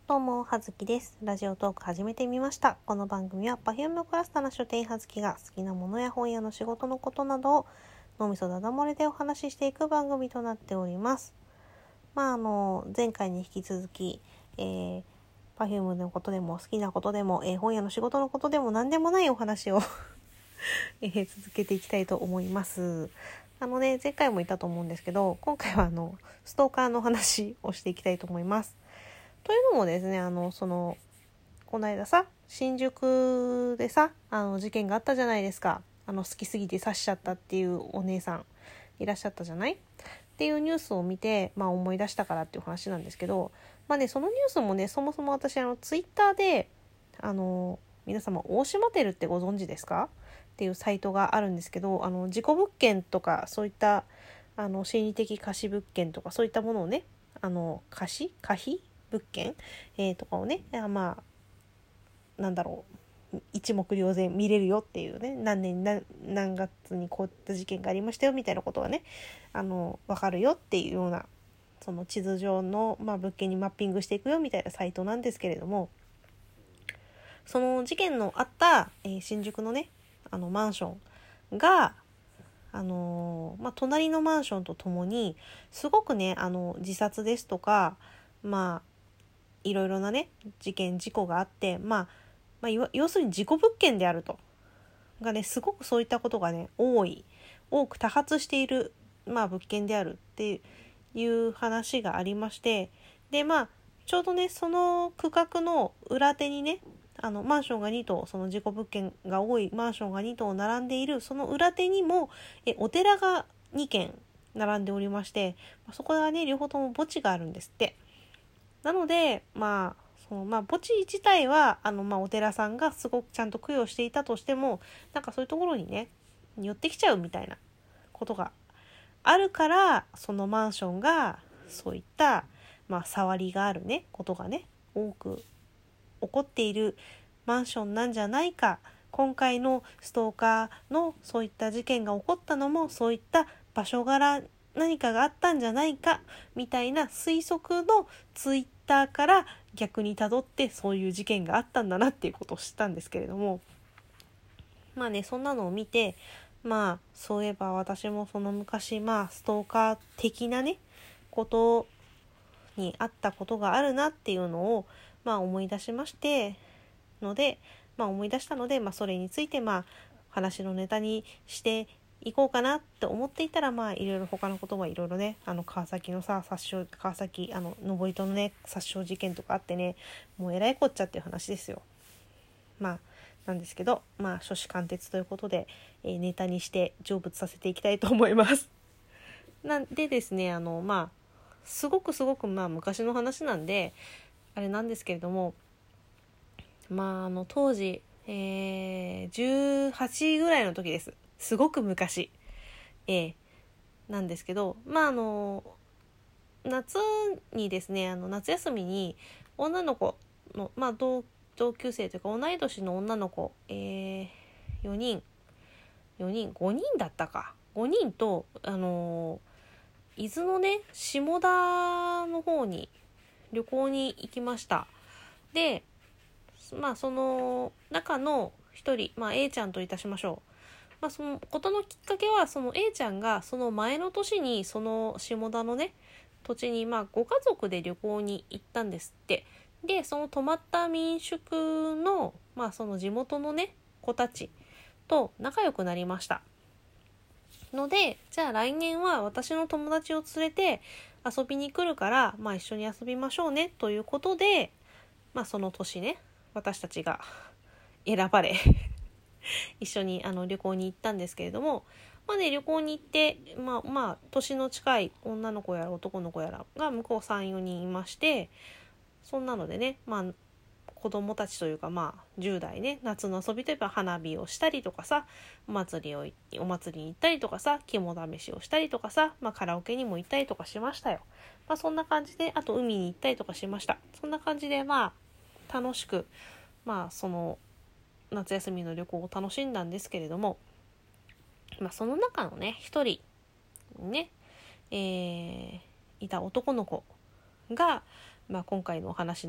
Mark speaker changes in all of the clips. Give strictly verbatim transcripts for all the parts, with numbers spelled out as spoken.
Speaker 1: どうも、はずきです。ラジオトーク始めてみました。この番組は Perfume クラスターの書店はずきが好きなものや本屋の仕事のことなどを脳みそだだ漏れでお話ししていく番組となっております。まああの前回に引き続き、えー、Perfume のことでも好きなことでも、えー、本屋の仕事のことでも何でもないお話を、えー、続けていきたいと思います。あのね前回も言ったと思うんですけど、今回はあのストーカーの話をしていきたいと思います。というのもですね、あのそのこの間さ新宿でさあの事件があったじゃないですか。あの好きすぎて刺しちゃったっていうお姉さんいらっしゃったじゃないっていうニュースを見て、まあ、思い出したからっていう話なんですけど、まあね、そのニュースもねそもそも私あのツイッターであの皆様大島テルってご存知ですかっていうサイトがあるんですけど、あの事故物件とかそういったあの心理的貸し物件とかそういったものをねあの貸し可否物件、えー、とかをねまあなんだろう一目瞭然見れるよっていうね、何年何何月にこういった事件がありましたよみたいなことがねあの分かるよっていうようなその地図上の、まあ、物件にマッピングしていくよみたいなサイトなんですけれども、その事件のあった、えー、新宿のねあのマンションがあのーまあ、隣のマンションとともにすごくねあの自殺ですとかまあいろいろなね事件事故があって、まあ、まあ要するに事故物件であるとがねすごくそういったことがね多い多く多発している、まあ、物件であるっていう話がありまして、でまあちょうどねその区画の裏手にねあのマンションがに棟、その事故物件が多いマンションがに棟並んでいるその裏手にもえお寺がに軒並んでおりまして、そこはね両方とも墓地があるんですって。なのでまあそのまあ墓地自体はあのまあお寺さんがすごくちゃんと供養していたとしても、なんかそういうところにね寄ってきちゃうみたいなことがあるから、そのマンションがそういったまあ触りがあるねことがね多く起こっているマンションなんじゃないか。今回のストーカーのそういった事件が起こったのもそういった場所柄何かがあったんじゃないかみたいな推測のツイッターから逆に辿ってそういう事件があったんだなっていうことを知ったんですけれども、まあねそんなのを見て、まあそういえば私もその昔まあストーカー的なねことにあったことがあるなっていうのをまあ思い出しましてので、まあ思い出したので、まあそれについてまあ話のネタにしていこうかなって思っていたら、まあいろいろ他のことはいろいろね、あの川崎のさ殺傷川崎あの登戸のね殺傷事件とかあってね、もうえらいこっちゃっていう話ですよ。まあなんですけど、まあ初志貫徹ということで、えー、ネタにして成仏させていきたいと思います。なんでですね、あのまあすごくすごくまあ昔の話なんであれなんですけれども、まああの当時、えー、じゅうはちぐらいの時です。すごく昔、えー、なんですけど、まああの夏にですね、あの夏休みに女の子のまあ同同級生というか同い年の女の子、えー、よにんよにんごにんだったかごにんとあの伊豆のね下田の方に旅行に行きました。でまあその中の一人、まあ、A ちゃんといたしましょう。まあそのことのきっかけはその A ちゃんがその前の年にその下田のね土地にまあご家族で旅行に行ったんですって。でその泊まった民宿のまあその地元のね子たちと仲良くなりましたので、じゃあ来年は私の友達を連れて遊びに来るから、まあ一緒に遊びましょうねということで、まあその年ね私たちが選ばれ一緒にあの旅行に行ったんですけれども、まあね旅行に行ってまあまあ年の近い女の子やら男の子やらが向こう さん,よ 人いまして、そんなのでねまあ子供たちというかまあじゅう代ね、夏の遊びといえば花火をしたりとかさ、お祭りをお祭りに行ったりとかさ、肝試しをしたりとかさ、まあカラオケにも行ったりとかしましたよ。まあそんな感じで、あと海に行ったりとかしました。そんな感じでまあ楽しくまあその夏休みの旅行を楽しんだんですけれども、まあその中のね一人ね、えー、いた男の子が、まあ、今回のお話の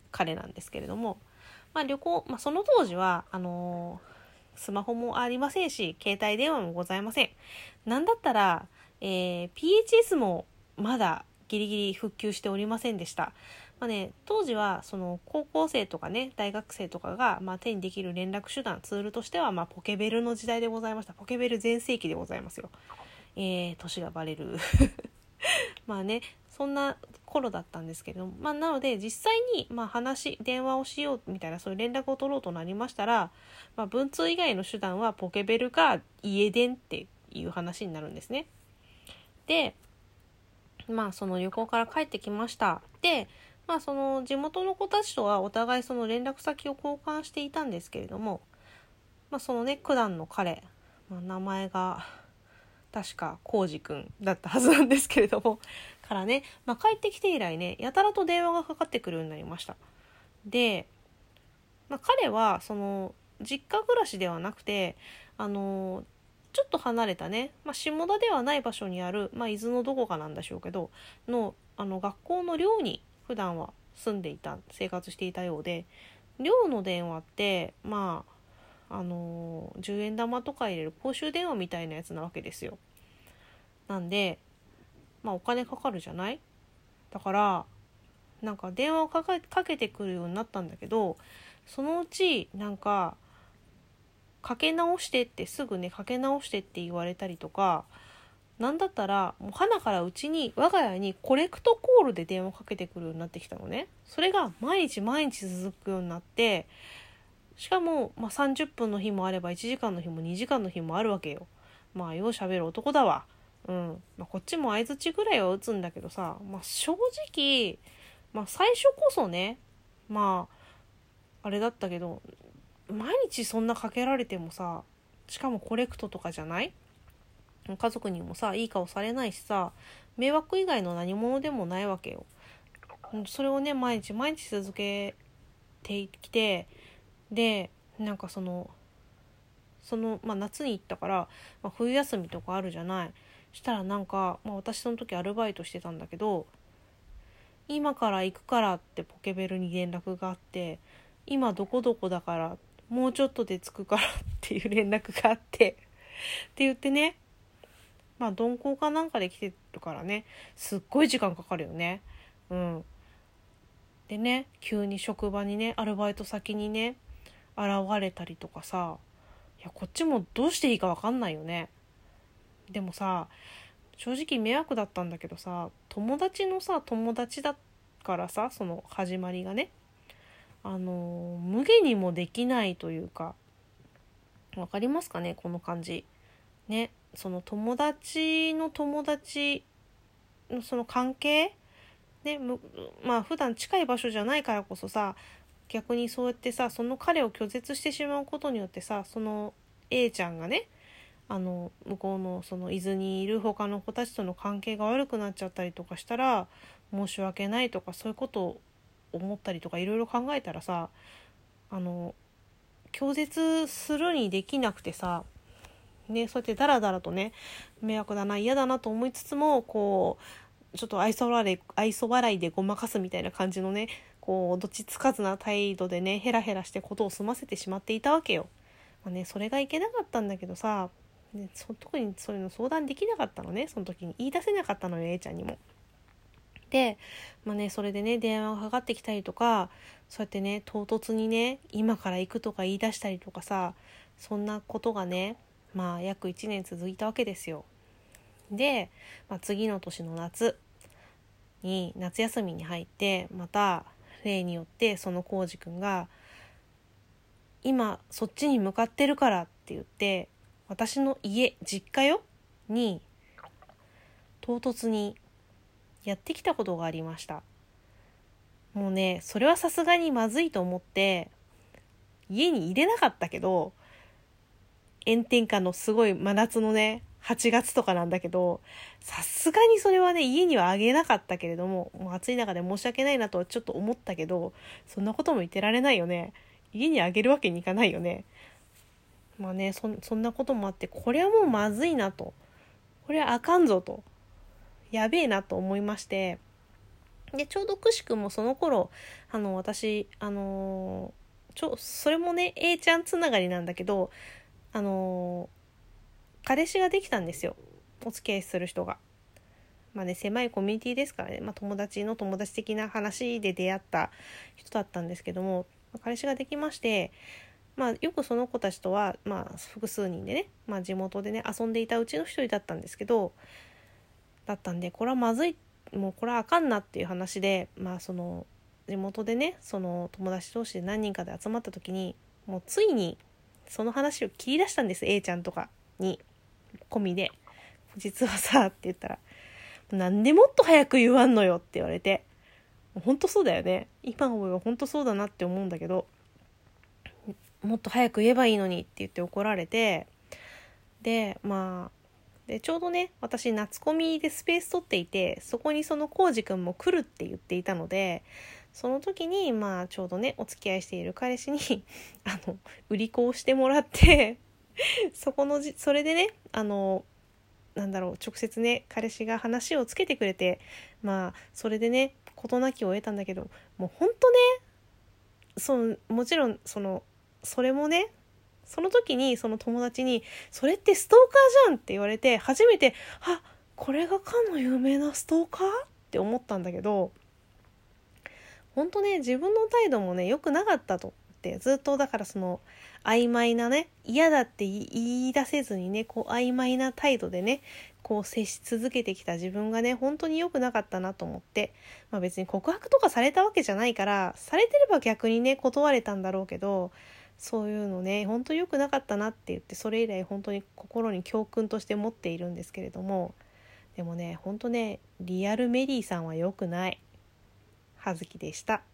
Speaker 1: 彼なんですけれども、まあ、旅行、まあ、その当時はあのー、スマホもありませんし携帯電話もございません。なんだったら、えー、ピーエイチエス もまだギリギリ復旧しておりませんでした。まあね、当時はその高校生とかね大学生とかが、まあ、手にできる連絡手段ツールとしては、まあ、ポケベルの時代でございました。ポケベル全盛期でございますよ。えー、年がバレるまあねそんな頃だったんですけど、まあ、なので実際にまあ話電話をしようみたいなそういう連絡を取ろうとなりましたら、まあ、文通以外の手段はポケベルか家電っていう話になるんですね。でまあその旅行から帰ってきました。でまあその地元の子たちとはお互いその連絡先を交換していたんですけれども、まあそのね九段の彼、まあ、名前が確かコウジくんだったはずなんですけれどもからね、まあ、帰ってきて以来ねやたらと電話がかかってくるようになりました。で、まあ、彼はその実家暮らしではなくてあのちょっと離れたね、まあ、下田ではない場所にある、まあ、伊豆のどこかなんでしょうけどの、あの学校の寮に普段は住んでいた生活していたようで、寮の電話ってまああのじゅうえん玉とか入れる公衆電話みたいなやつなわけですよ。なんでまあお金かかるじゃない。だからなんか電話をかけ、かけてくるようになったんだけど、そのうちなんかかけ直してってすぐねかけ直してって言われたりとか、なんだったらもう花からうちに我が家にコレクトコールで電話かけてくるようになってきたのね。それが毎日毎日続くようになって、しかも、まあ、さんじゅっぷんの日もあればいちじかんの日もにじかんの日もあるわけよ。まあようしゃべる男だわ。うんまあ、こっちも相づちぐらいは打つんだけどさ、まあ、正直、まあ、最初こそねまああれだったけど毎日そんなかけられてもさ、しかもコレクトとかじゃない、家族にもさいい顔されないしさ、迷惑以外の何者でもないわけよ。それをね毎日毎日続けてきて、でなんかそのその、まあ、夏に行ったから、まあ、冬休みとかあるじゃない。したらなんか、まあ、私その時アルバイトしてたんだけど、今から行くからってポケベルに連絡があって、今どこどこだからもうちょっとで着くからっていう連絡があってって言ってね、まあ鈍行かなんかで来てるからねすっごい時間かかるよね。うんでね急に職場にねアルバイト先にね現れたりとかさ、いやこっちもどうしていいか分かんないよね。でもさ正直迷惑だったんだけどさ、友達のさ友達だからさ、その始まりがねあの無下にもできないというか、わかりますかねこの感じね。その友達の友達のその関係ね、まあ普段近い場所じゃないからこそさ、逆にそうやってさその彼を拒絶してしまうことによってさ、その A ちゃんがねあの向こうのその伊豆にいる他の子たちとの関係が悪くなっちゃったりとかしたら申し訳ないとか、そういうことを思ったりとかいろいろ考えたらさ、あの拒絶するにできなくてさね、そうやってダラダラとね迷惑だな嫌だなと思いつつもこうちょっと愛想笑い愛想笑いでごまかすみたいな感じのね、こうどっちつかずな態度でねヘラヘラしてことを済ませてしまっていたわけよ。まあね、それがいけなかったんだけどさ、ね、そ特にそういうの相談できなかったのね。その時に言い出せなかったのよ A ちゃんにも。で、まあね、それでね電話がかかってきたりとか、そうやってね唐突にね今から行くとか言い出したりとかさ、そんなことがねまあ約いちねん続いたわけですよ。で、まあ、次の年の夏に夏休みに入ってまた例によってそのコウジ君が今そっちに向かってるからって言って私の家実家よに唐突にやってきたことがありました。もうねそれはさすがにまずいと思って家に入れなかったけど、炎天下のすごい真夏のねはちがつとかなんだけど、さすがにそれはね家にはあげなかったけれども、もう暑い中で申し訳ないなとはちょっと思ったけど、そんなことも言ってられないよね。家にあげるわけにいかないよね。まあね そ, そんなこともあって、これはもうまずいなと、これはあかんぞと、やべえなと思いまして、 でちょうどくしくもその頃あの私あのちょそれもね A ちゃんつながりなんだけど、あの彼氏ができたんですよ、お付き合いする人が。まあね、狭いコミュニティですからね、まあ、友達の友達的な話で出会った人だったんですけども、彼氏ができまして、まあ、よくその子たちとは、まあ、複数人でね、まあ、地元でね遊んでいたうちの一人だったんですけど、だったんでこれはまずい、もうこれはあかんなっていう話で、まあその地元でねその友達同士で何人かで集まった時に、もうついにその話を切り出したんです。 A ちゃんとかに込みで、実はさって言ったら、なんでもっと早く言わんのよって言われて、本当そうだよね、今思えば本当そうだなって思うんだけど、もっと早く言えばいいのにって言って怒られて、でまあでちょうどね私夏コミでスペース取っていて、そこにそのコウジくんも来るって言っていたので、その時にまあちょうどねお付き合いしている彼氏にあの売り子をしてもらってそこのじそれでねあのなんだろう直接ね彼氏が話をつけてくれて、まあそれでね事なきを得たんだけど、もうほんとね、そのもちろんそのそれもね、その時にその友達にそれってストーカーじゃんって言われて、初めてあこれがかの有名なストーカーって思ったんだけど、本当ね自分の態度もね良くなかったと思って、ずっとだからその曖昧なね、嫌だって言い出せずにねこう曖昧な態度でねこう接し続けてきた自分がね本当に良くなかったなと思って、まあ別に告白とかされたわけじゃないから、されてれば逆にね断れたんだろうけど、そういうのね本当良くなかったなって言って、それ以来本当に心に教訓として持っているんですけれども、でもね本当ねリアルメリーさんは良くない。葉月でした。